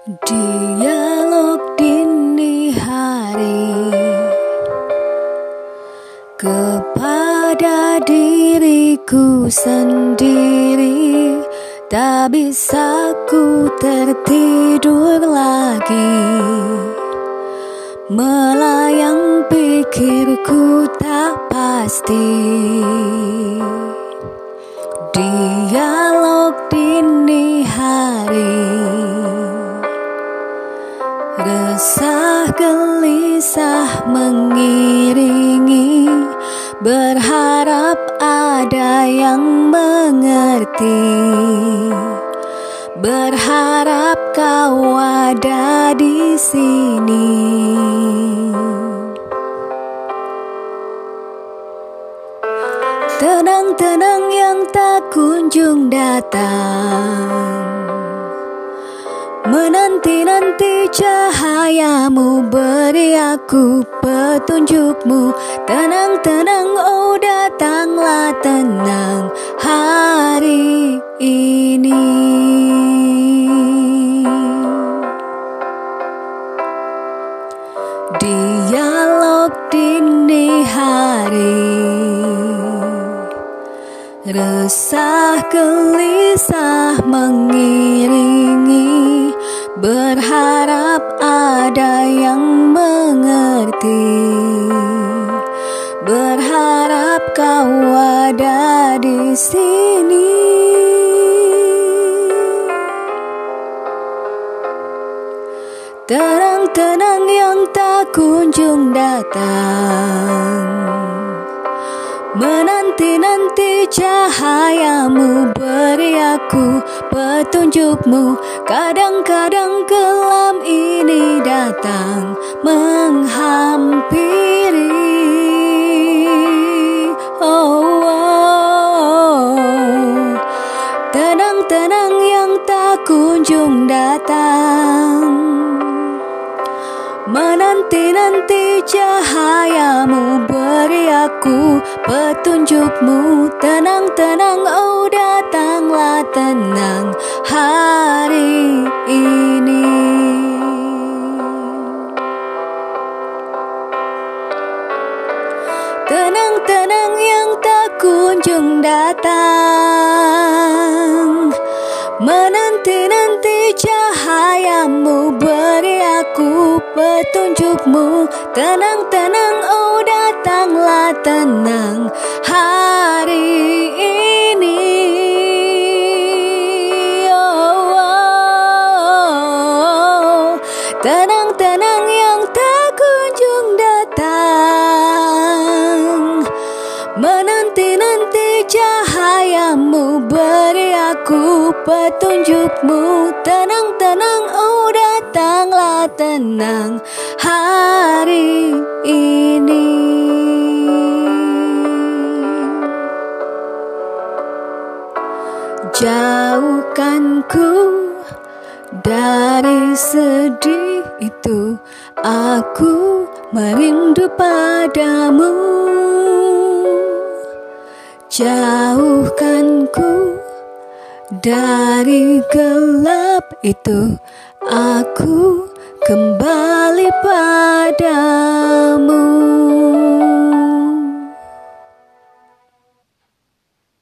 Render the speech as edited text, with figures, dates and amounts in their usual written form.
Dialog dini hari kepada diriku sendiri. Tak bisa ku tertidur lagi, melayang pikirku tak pasti. Dialog dini hari, resah gelisah mengiringi, berharap ada yang mengerti, berharap kau ada di sini. Tenang-tenang yang tak kunjung datang, menanti-nanti cahayamu, beri aku petunjukmu. Tenang-tenang, oh datanglah tenang hari ini. Dialog dini hari, resah gelisah mengiringi, berharap ada yang mengerti, berharap kau ada di sini. Tenang-tenang yang tak kunjung datang, menanti-nanti cahayamu, beri aku petunjukmu. Kadang-kadang kelam ini datang menghampiri. Tenang-tenang yang tak kunjung datang, menanti-nanti cahayamu, beri aku petunjukmu. Tenang-tenang, oh datanglah tenang hari ini. Tenang-tenang yang tak kunjung datang, menanti-nanti cahayamu, beri aku petunjukmu. Tenang-tenang, oh datanglah tenang hari ini. Tenang-tenang yang tak kunjung datang, menanti-nanti cahayamu, beri aku petunjukmu. Tenang-tenang, oh datanglah tenang hari ini. Jauhkan ku dari sedih itu, aku merindu padamu. Jauhkan ku dari gelap itu, aku kembali padamu.